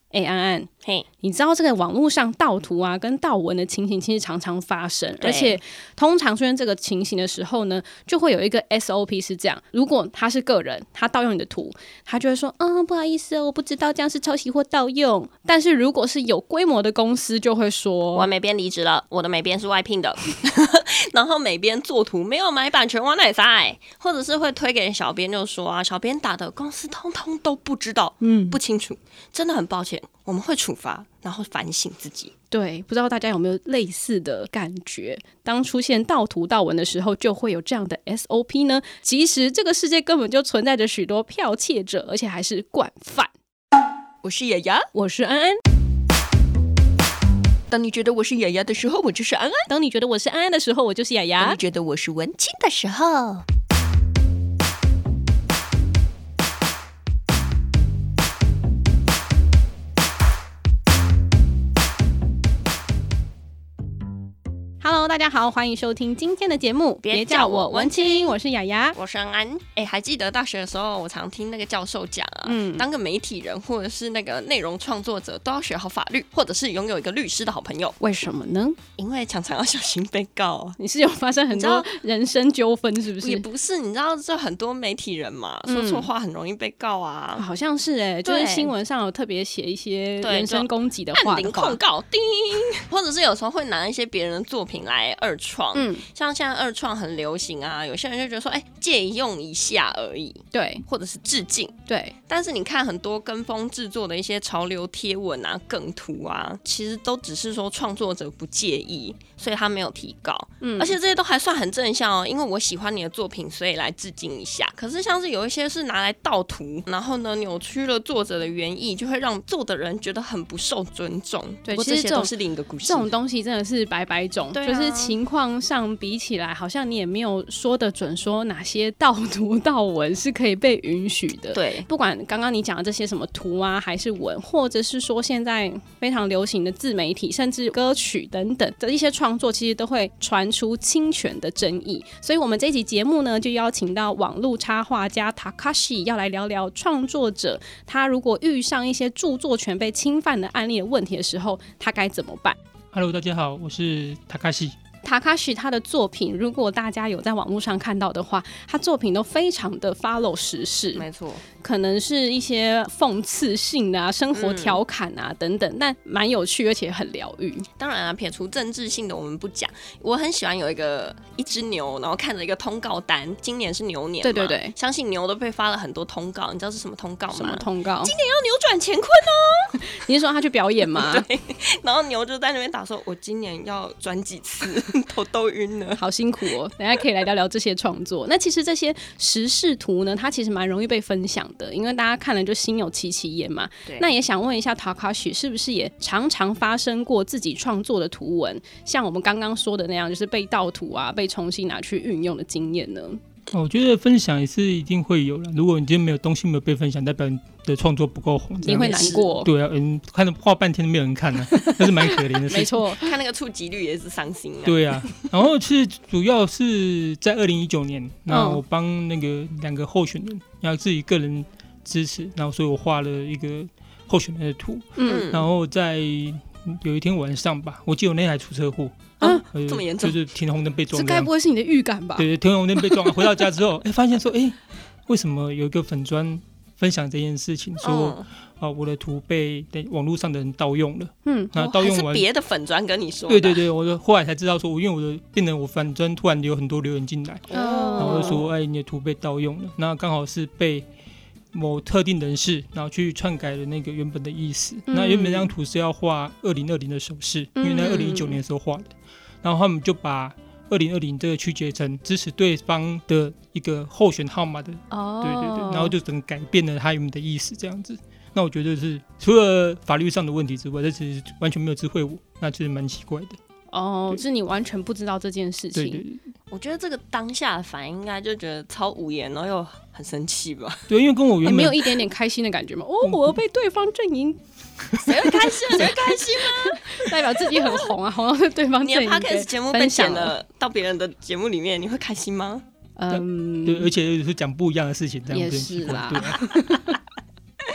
安安， 嘿， 你知道这个网络上盗图啊跟盗文的情形其实常常发生，而且通常出现这个情形的时候呢，就会有一个 SOP 是这样：如果他是个人，他盗用你的图，他就会说不好意思哦，我不知道这样是抄袭或盗用。但是如果是有规模的公司，就会说我美编离职了，我的美编是外聘的，然后美编做图没有买版权，我哪塞？或者是会推给小编，就说啊，小编打的公司通通都不知道，不清楚，真的很抱歉，我们会处罚，然后反省自己。 对，不知道大家有没有类似的感觉？当出现盗图盗文的时候，就会有这样的 SOP 呢？其实这个世界根本就存在着许多剽窃者，而且还是惯犯。 我是雅雅， 我是安安。 当你觉得我是雅雅的时候，我就是安安； 当你觉得我是安安的时候，我就是雅雅； 当你觉得我是文青的时候， Hello， 大家好，欢迎收听今天的节目。别叫我文青，我是雅雅， 我是安安。还记得大学的时候，我常听那个教授讲啊，当个媒体人或者是那个内容创作者，都要学好法律，或者是拥有一个律师的好朋友。 为什么呢？ 因为常常要小心被告啊。 你是有发生很多人身纠纷，是不是？ 也不是，你知道这很多媒体人嘛，说错话很容易被告啊。 好像是就是新闻上有特别写一些人身攻击的话， 按铃控告，叮，或者是有时候会拿一些别人的作品来二创，像现在二创很流行啊，有些人就觉得说，借用一下而已， 对， 或者是致敬， 对。 但是你看很多跟风制作的一些潮流贴文啊、梗图啊，其实都只是说创作者不介意，所以他没有提告，而且这些都还算很正向哦，因为我喜欢你的作品，所以来致敬一下。可是像是有一些是拿来盗图，然后呢扭曲了作者的原意，就会让做的人觉得很不受尊重。 对， 其实这些都是另一个故事。 这种东西真的是百百种，就是情况上比起来，好像你也没有说得准，说哪些盗图盗文是可以被允许的。 对， 不管刚刚你讲的这些什么图啊，还是文，或者是说现在非常流行的自媒体，甚至歌曲等等的一些创作，其实都会传出侵权的争议。所以我们这一集节目呢，就邀请到网络插画家 Takashi 要来聊聊创作者他如果遇上一些著作权被侵犯的案例的问题的时候，他该怎么办。 Hello， 大家好，我是 Takashi。 他的作品，如果大家有在网络上看到的话，他作品都非常的 follow 时事， 没错， 可能是一些讽刺性的啊、生活调侃啊等等，但蛮有趣而且很疗愈。 当然啊，撇除政治性的我们不讲，我很喜欢有一只牛，然后看着一个通告单，今年是牛年嘛， 对对对， 相信牛都被发了很多通告，你知道是什么通告吗？ 什么通告？ 今年要扭转乾坤哦！ 你是说他去表演吗？ 对，然后牛就在那边打说，我今年要转几次，头都晕了， 好辛苦哦。等一下可以来聊聊这些创作。那其实这些时事图呢，它其实蛮容易被分享的，因为大家看了就心有戚戚焉嘛。那也想问一下 Takashi， 是不是也常常发生过自己创作的图文，像我们刚刚说的那样，就是被盗图啊、被重新拿去运用的经验呢？ 我觉得分享也是一定会有啦。如果你今天没有东西没有被分享，代表你的创作不够红， 你会难过。 对啊，看了画半天都没有人看啊，那是蛮可怜的事情。 没错， 看那个触及率也是伤心啊。 对啊，然后是主要是在2019年，那我帮那个2个候选人，然后自己个人支持，然后所以我画了一个候选人的图，然后在有一天晚上吧，我记得我那台出车祸。 这么严重， 就是停红灯被撞。 这该不会是你的预感吧？ 对，停红灯被撞。回到家之后，发现说，为什么有一个粉专分享这件事情，说我的图被网络上的人盗用了。那盗用完还是别的粉专跟你说的。 对，我后来才知道说，因为变成我粉专突然有很多留言进来，然后就说，你的图被盗用了。那刚好是被某特定人士，然后去篡改了那个原本的意思。那原本那张图是要画2020的手势，因为那2019年的时候画的。然后他们就把2020这个曲解成支持对方的一个候选号码的，对，然后就整个改变了他原本的意思这样子。那我觉得是除了法律上的问题之外，这其实完全没有知会我，那其实蛮奇怪的。 是你完全不知道这件事情。 对， 我觉得这个当下的反应应该就觉得超无言，然后又很生气吧。 对，因为跟我原本没有一点点开心的感觉吗？我要被对方阵营， 谁会开心？谁会开心吗？ 代表自己很红啊，红到对方阵营。 你的 podcast 节目被剪了到别人的节目里面，你会开心吗？ 对，而且是讲不一样的事情，这样也是啦。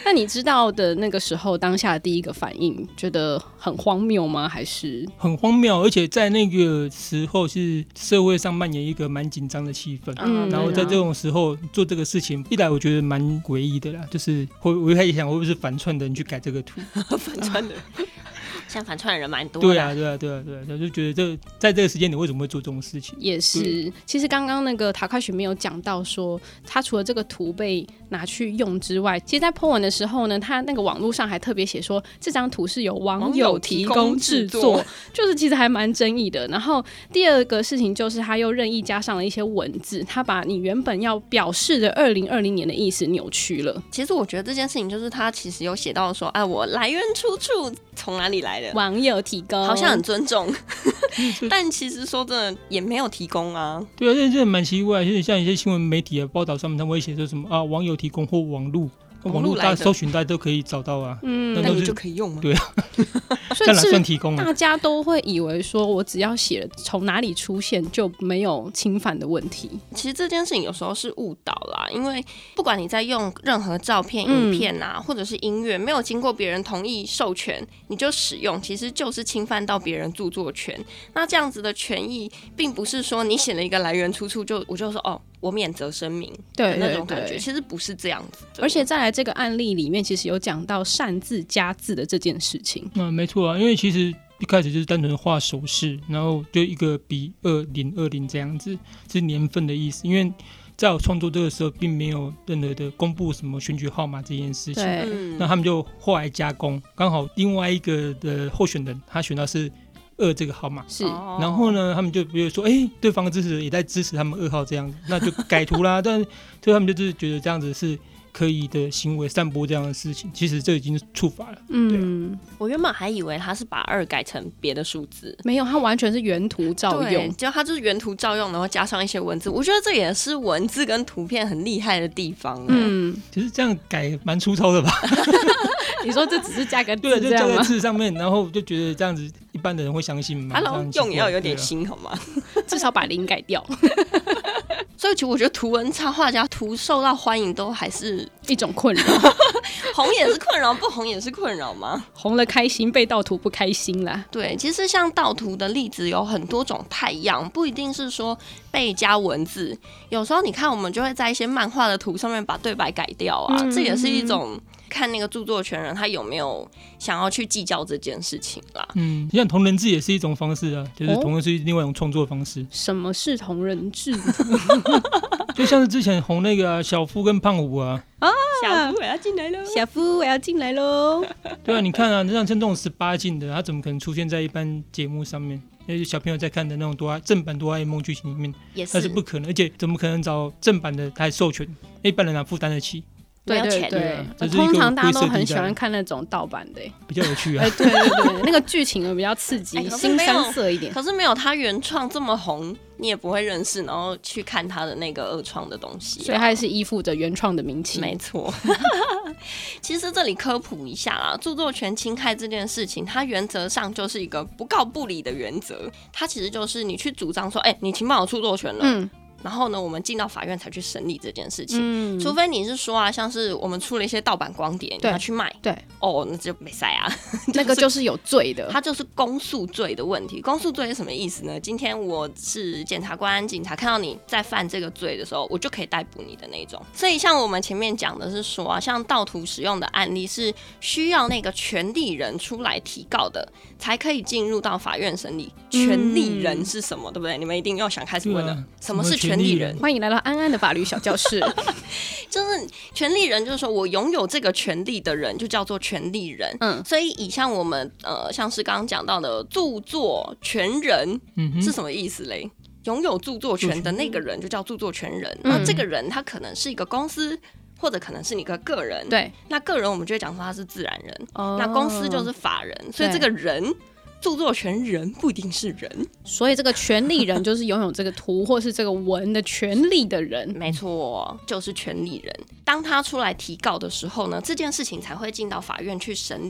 那你知道的那个时候当下的第一个反应觉得很荒谬吗？还是很荒谬，而且在那个时候是社会上蔓延一个蛮紧张的气氛，然后在这种时候做这个事情，一来我觉得蛮诡异的啦，就是我一开始想会不会是反串的人去改这个图反串的像反串的人蛮多的。 对啊，就觉得在这个时间点为什么会做这种事情？ 也是，其实刚刚那个塔卡许没有讲到说，他除了这个图被拿去用之外，其实在 po 文的时候呢，他那个网络上还特别写说，这张图是由网友提供制作，就是其实还蛮争议的。然后第二个事情就是他又任意加上了一些文字，他把你原本要表示的2020年的意思扭曲了。 其实我觉得这件事情就是他其实有写到说，哎，我来源出处从哪里来的， 网友提供， 好像很尊重但其实说真的也没有提供啊。 对啊，这蛮奇怪，就是像一些新闻媒体的报道上面，他们会写说什么啊，网友提供或网路大家搜寻大家都可以找到啊， 那你就可以用吗？ 对啊，这样算提供啊。 大家都会以为说我只要写了从哪里出现就没有侵犯的问题。 其实这件事情有时候是误导啦，因为不管你在用任何照片、影片啊，或者是音乐，没有经过别人同意授权你就使用，其实就是侵犯到别人著作权。那这样子的权益，并不是说你写了一个来源出处我就说哦，我免责声明的那种感觉，其实不是这样子的。 而且再来这个案例里面，其实有讲到擅自加字的这件事情。 没错啊，因为其实一开始就是单纯画手势，然后就一个比2020这样子，是年份的意思。因为在我创作这个时候，并没有任何的公布什么选举号码这件事情，那他们就后来加工，刚好另外一个的候选人他选到是2这个号码， 是， 然后呢，他们就比如说，对方的支持者也在支持他们2号这样子，那就改图啦。但所以他们就是觉得这样子是可以的行为，散播这样的事情，其实这已经是触法了。 我原本还以为他是把2改成别的数字， 没有，他完全是原图照用， 结果他就是原图照用，然后加上一些文字。我觉得这也是文字跟图片很厉害的地方。 其实这样改蛮粗糙的吧？ 你说这只是加个字， 对，就加个字上面，然后就觉得这样子一般的人会相信吗？ Hello， 用也要有点心好吗？ 至少把零改掉。 所以其实我觉得图文插画家图受到欢迎都还是一种困扰。 红也是困扰，不红也是困扰吗？ 红了开心，被盗图不开心啦。 对，其实像盗图的例子有很多种太样，不一定是说被加文字，有时候你看我们就会在一些漫画的图上面把对白改掉啊，这也是一种看那个著作权人他有没有想要去计较这件事情啦。 像同人志也是一种方式啊，就是同人志是另外一种创作方式。 什么是同人志？ 就像是之前红那个小夫跟胖虎啊。 小夫我要进来喽！ 小夫我要进来喽！ 对啊，你看啊，像这种18禁的，他怎么可能出现在一般节目上面？小朋友在看的那种正版哆啦 A 梦剧情里面，那是不可能，而且怎么可能找正版的他还授权？一般人哪负担得起？ 对，通常大家都很喜欢看那种盗版的， 比较有趣啊。 对，那个剧情比较刺激，新三色一点。 可是没有他原创这么红，你也不会认识，然后去看他的那个2创的东西， 所以他也是依附着原创的名气。 没错。其实这里科普一下啦，著作权侵害这件事情，它原则上就是一个不告不理的原则。它其实就是你去主张说，你侵犯我著作权了。然后呢，我们进到法院才去审理这件事情。除非你是说啊，像是我们出了一些盗版光碟，你要去卖， 对， 那就没塞啊， 那个就是有罪的， 它就是公诉罪的问题。公诉罪是什么意思呢？今天我是检察官，警察看到你在犯这个罪的时候，我就可以逮捕你的那种。所以像我们前面讲的是说啊，像盗图使用的案例是需要那个权利人出来提告的，才可以进入到法院审理。权利人是什么？对不对？你们一定要想开始问了，什么是权利人？ 欢迎来到安安的法律小教室。 就是权利人，就是说我拥有这个权利的人就叫做权利人。所以以像我们像是刚刚讲到的著作权人，是什么意思嘞？拥有著作权的那个人就叫著作权人。那这个人他可能是一个公司，或者可能是你个个人。 对， 那个人我们就会讲说他是自然人，那公司就是法人，所以这个人。著作权人不一定是人， 所以这个权利人就是拥有这个图或是这个文的权利的人。 没错，就是权利人。当他出来提告的时候呢，这件事情才会进到法院去审理。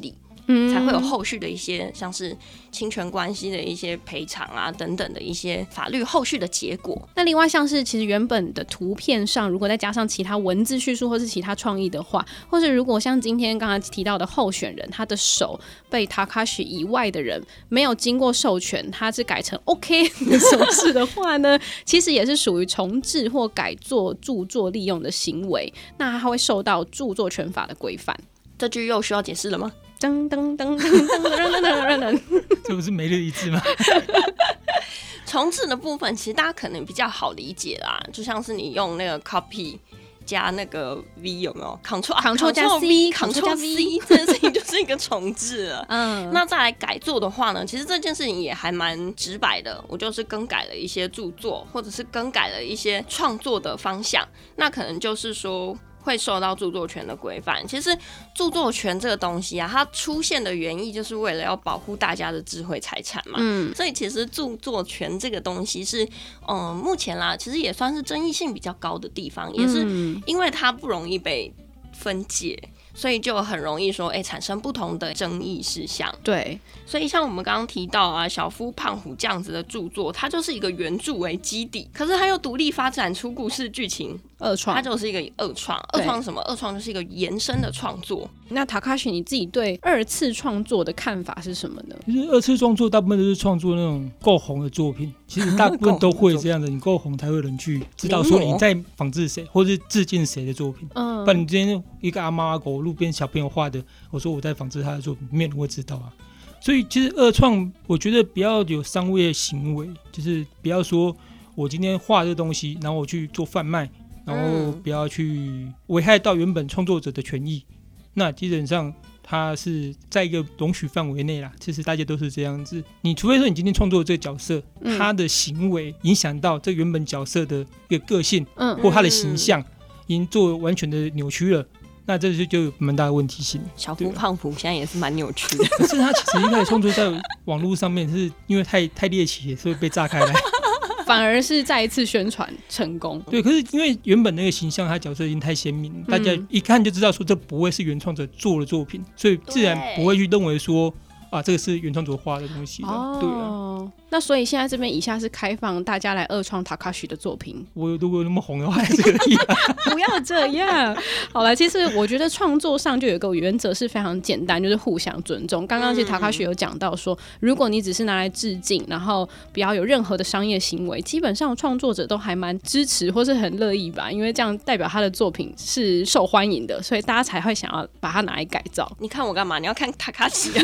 才会有后续的一些像是侵权关系的一些赔偿啊等等的一些法律后续的结果。 那另外像是其实原本的图片上，如果再加上其他文字叙述或是其他创意的话，或是如果像今天刚才提到的候选人，他的手被 Takashi 以外的人没有经过授权，他是改成 OK 的手势的话呢，其实也是属于重制或改作著作利用的行为，那他会受到著作权法的规范。 这句又需要解释了吗？ 噔噔噔噔噔噔噔， 这不是每日一字吗？ 重置的部分其实大家可能比较好理解啦，就像是你用那个 copy 加那个 V 有没有 Ctrl 加 C Ctrl C 这件事情就是一个重置了。那再来改作的话呢，其实这件事情也还蛮直白的，我就是更改了一些著作，或者是更改了一些创作的方向，那可能就是说会受到著作权的规范。其实著作权这个东西啊，它出现的原意就是为了要保护大家的智慧财产嘛。所以其实著作权这个东西是目前啦，其实也算是争议性比较高的地方，也是因为它不容易被分解，所以就很容易说产生不同的争议事项。 对， 所以像我们刚刚提到啊，小夫胖虎这样子的著作，它就是一个原著为基底，可是它又独立发展出故事剧情， 二创， 它就是一个二创。二创什么？二创就是一个延伸的创作。 那 Takashi 你自己对二次创作的看法是什么呢？ 其实二次创作大部分都是创作那种够红的作品，其实大部分都会这样的，你够红才会有人去知道说你在仿制谁或是致敬谁的作品。不然你今天一个阿猫阿狗路边小朋友画的，我说我在仿制他的作品，没有人会知道啊。所以其实二创我觉得不要有商业行为，就是不要说我今天画这个东西然后我去做贩卖，然后不要去危害到原本创作者的权益，那基本上它是在一个容许范围内啦。其实大家都是这样子，你除非说你今天创作的这个角色，他的行为影响到这原本角色的一个个性，或他的形象已经做完全的扭曲了，那这就有蛮大的问题性。 小夫胖虎现在也是蛮扭曲的， 可是他其实一开始创作在网络上面，是因为太猎奇，所以被炸开来。 反而是再一次宣传成功。 对，可是因为原本那个形象，他角色已经太鲜明，大家一看就知道说这不会是原创者做的作品，所以自然不会去认为说啊，这个是原创者画的东西的。对啊。 那所以现在这边以下是开放大家来二创 Takashi 的作品。 我如果那么红的话，还是可以啊。 不要这样。好了，其实我觉得创作上就有一个原则是非常简单，就是互相尊重。刚刚其实 Takashi 有讲到说，如果你只是拿来致敬，然后不要有任何的商业行为，基本上创作者都还蛮支持或是很乐意吧，因为这样代表他的作品是受欢迎的，所以大家才会想要把它拿来改造。 你看我干嘛？你要看 Takashi 啊。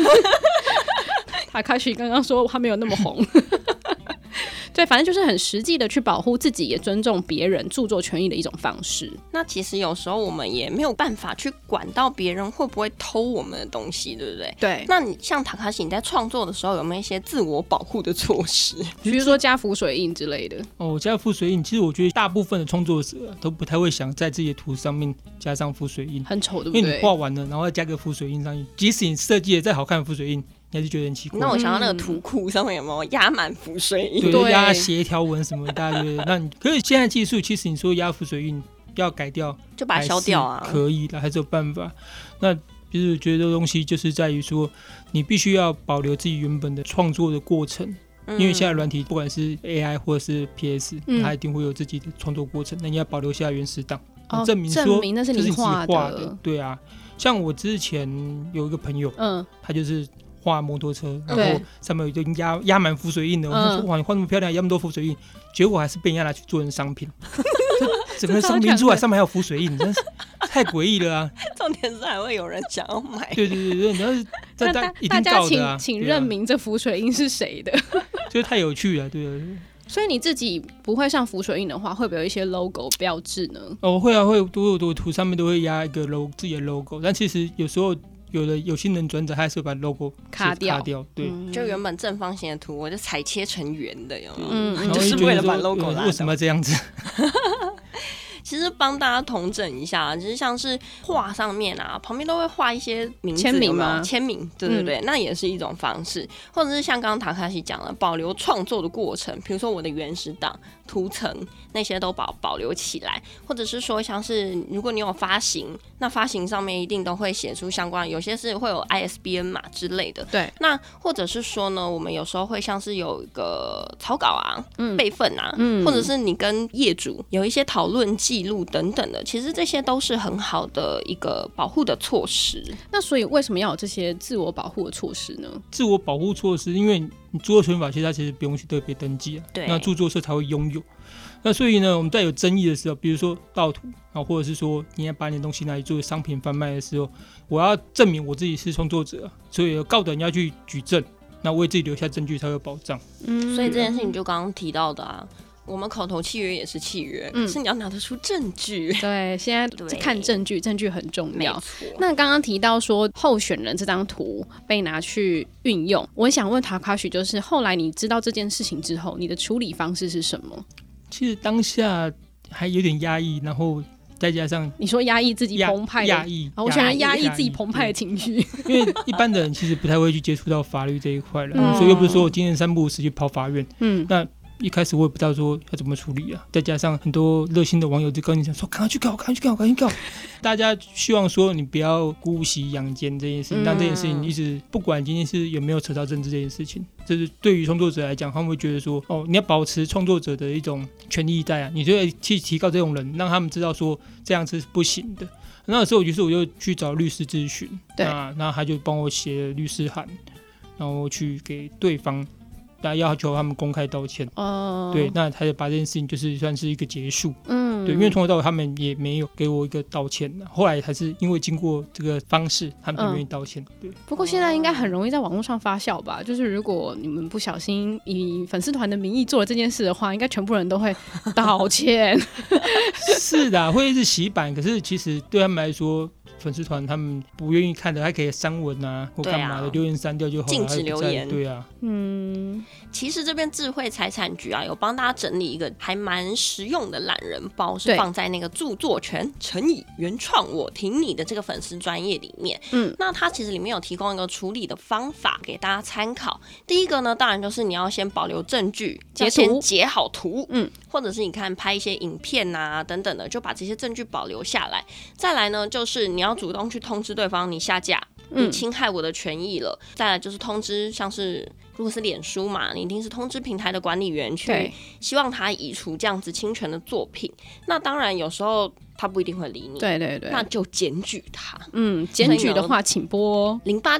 Takashi 刚刚说他没有那么红。对，反正就是很实际的去保护自己，也尊重别人著作权益的一种方式。 那其实有时候我们也没有办法去管到别人会不会偷我们的东西，对不对？ 对。 那你像Takashi，你在创作的时候有没有一些自我保护的措施？ 比如说加浮水印之类的。 加浮水印，其实我觉得大部分的创作者都不太会想在自己的图上面加上浮水印， 很丑，对不对？ 因为你画完了，然后再加个浮水印上去，即使你设计的再好看的浮水印，你还是觉得很奇怪。 那我想到那个图库上面有没有压满浮水印？ 对，压斜条纹什么，大家觉得那可是现在技术，其实你说压浮水印要改掉， 就把它消掉啊， 可以的，还是有办法。那就是我觉得这个东西就是在于说，你必须要保留自己原本的创作的过程。因为现在软体不管是 AI 或者是 PS，它一定会有自己的创作过程，那你要保留下原始档，证明那是你画的。对啊，像我之前有一个朋友，他就是画摩托车，然后上面有压满浮水印的，我就说哇，你画那么漂亮，压那么多浮水印，结果还是被人家拿去做成商品。整个商品出来上面还有浮水印，真是太诡异了啊！ 重点是还会有人想要买。 对，你要是大家请认明这浮水印是谁的， 就是太有趣了，对。 所以你自己不会上浮水印的话，会不会有一些 logo 标志呢？ 会啊，会，我图上面都会压一个自己的 logo， 但其实有时候有心人转者，他还是会把 logo 卡掉，对， 就原本正方形的图，我就裁切成圆的，有没有？就是为了把 logo 拉。 为什么要这样子？ 其实帮大家统整一下，就是像是画上面啊，旁边都会画一些名字， 签名吗？ 签名，对对对，那也是一种方式。或者是像刚刚塔卡西讲的，保留创作的过程，比如说我的原始档、图层那些都保留起来，或者是说像是如果你有发行，那发行上面一定都会写出相关，有些是会有 ISBN 码之类的。 对， 那或者是说呢，我们有时候会像是有一个草稿啊、备份啊，或者是你跟业主有一些讨论记录等等的，其实这些都是很好的一个保护的措施。 那所以为什么要有这些自我保护的措施呢？ 自我保护措施，因为你著作权法其实它其实不用去特别登记啊， 对， 那著作社才会拥有。那所以呢，我们在有争议的时候，比如说盗图啊，或者是说你要把你的东西拿来做商品贩卖的时候，我要证明我自己是创作者，所以告的人要去举证，那为自己留下证据才有保障。 所以这件事情就刚刚提到的啊，我们口头契约也是契约，可是你要拿得出证据。 对，现在看证据，证据很重要。 没错。 那刚刚提到说候选人这张图被拿去运用，我想问Takashi，就是后来你知道这件事情之后，你的处理方式是什么？ 其实当下还有点压抑，然后再加上你说压抑自己澎湃的压抑， 我喜欢压抑自己澎湃的情绪， 因为一般的人其实不太会去接触到法律这一块了，所以又不是说我今天3不5时去跑法院，那一开始我也不知道说要怎么处理啊，再加上很多热心的网友就跟你讲说赶快去告，赶快去告，赶快去告。大家希望说你不要姑息养奸这件事情，但这件事情一直不管今天是有没有扯到政治这件事情，就是对于创作者来讲，他们会觉得说哦，你要保持创作者的一种权益在啊，你就会去提告这种人，让他们知道说这样是不行的。那时候我就去找律师咨询，那他就帮我写律师函，然后去给对方。要求他们公开道歉，对，那他就把这件事情就是算是一个结束，对，因为从头到尾他们也没有给我一个道歉，后来还是因为经过这个方式，他们才愿意道歉，对。 不过现在应该很容易在网络上发酵吧？就是如果你们不小心以粉丝团的名义做了这件事的话，应该全部人都会道歉。 是的，会一直洗版，可是其实对他们来说。粉丝团他们不愿意看的，还可以删文啊，或干嘛的，留言删掉就好了， 禁止留言。 对啊， 其实这边智慧财产局啊，有帮大家整理一个还蛮实用的懒人包，是放在那个著作权乘以原创我挺你的这个粉丝专页里面。那它其实里面有提供一个处理的方法给大家参考。第一个呢，当然就是你要先保留证据， 截图， 先截好图，或者是你看拍一些影片啊等等的，就把这些证据保留下来。再来呢，就是你要主动去通知对方你下架，你侵害我的权益了。再来就是通知，像是如果是脸书嘛，你一定是通知平台的管理员去希望他移除这样子侵权的作品。那当然有时候他不一定会理你， 对对对， 那就检举他。 检举的话请拨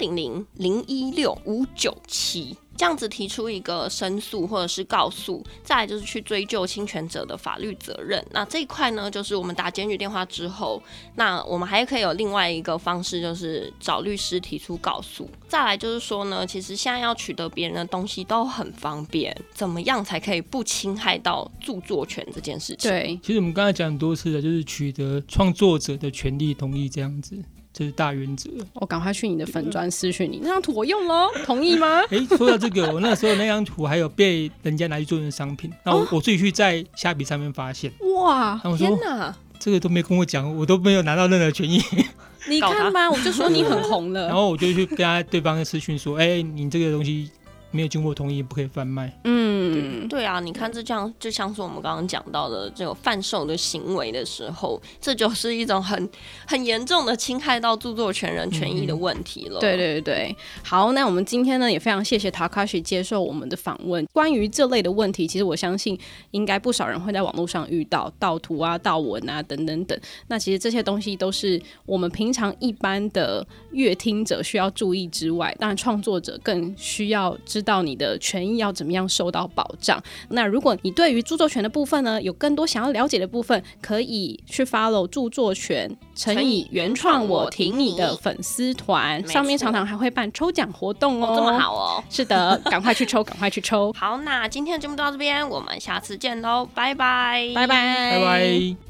0800-016-597。这样子提出一个申诉或者是告诉，再来就是去追究侵权者的法律责任。那这一块呢，就是我们打检举电话之后，那我们还可以有另外一个方式，就是找律师提出告诉。再来就是说呢，其实现在要取得别人的东西都很方便，怎么样才可以不侵害到著作权这件事情？ 对， 其实我们刚才讲很多次的，就是取得创作者的权利同意这样子。这是大原则。 我赶快去你的粉专私讯你，那张图我用了，同意吗？ 说到这个，我那时候那张图还有被人家拿去做成商品，那我自己去在虾皮上面发现， 哇， 天哪， 这个都没跟我讲，我都没有拿到任何权益。 你看吧，我就说你很红了。 然后我就去跟他对方私讯说，你这个东西没有经过同意不可以贩卖。 对啊，你看这样就像是我们刚刚讲到的这种贩售的行为的时候，这就是一种很严重的侵害到著作权人权益的问题了。 对对对，好，那我们今天呢也非常谢谢 Takashi 接受我们的访问。关于这类的问题，其实我相信应该不少人会在网络上遇到盗图啊、盗文啊等等等。那其实这些东西都是我们平常一般的乐听者需要注意之外，当然创作者更需要知道你的权益要怎么样受到保障。那如果你对于著作权的部分呢有更多想要了解的部分，可以去 follow 著作权乘以原创我挺你的粉丝团，上面常常还会办抽奖活动哦。 这么好哦。 是的，赶快去抽赶快去抽。 好，那今天的节目到这边，我们下次见喽，拜拜拜拜拜拜。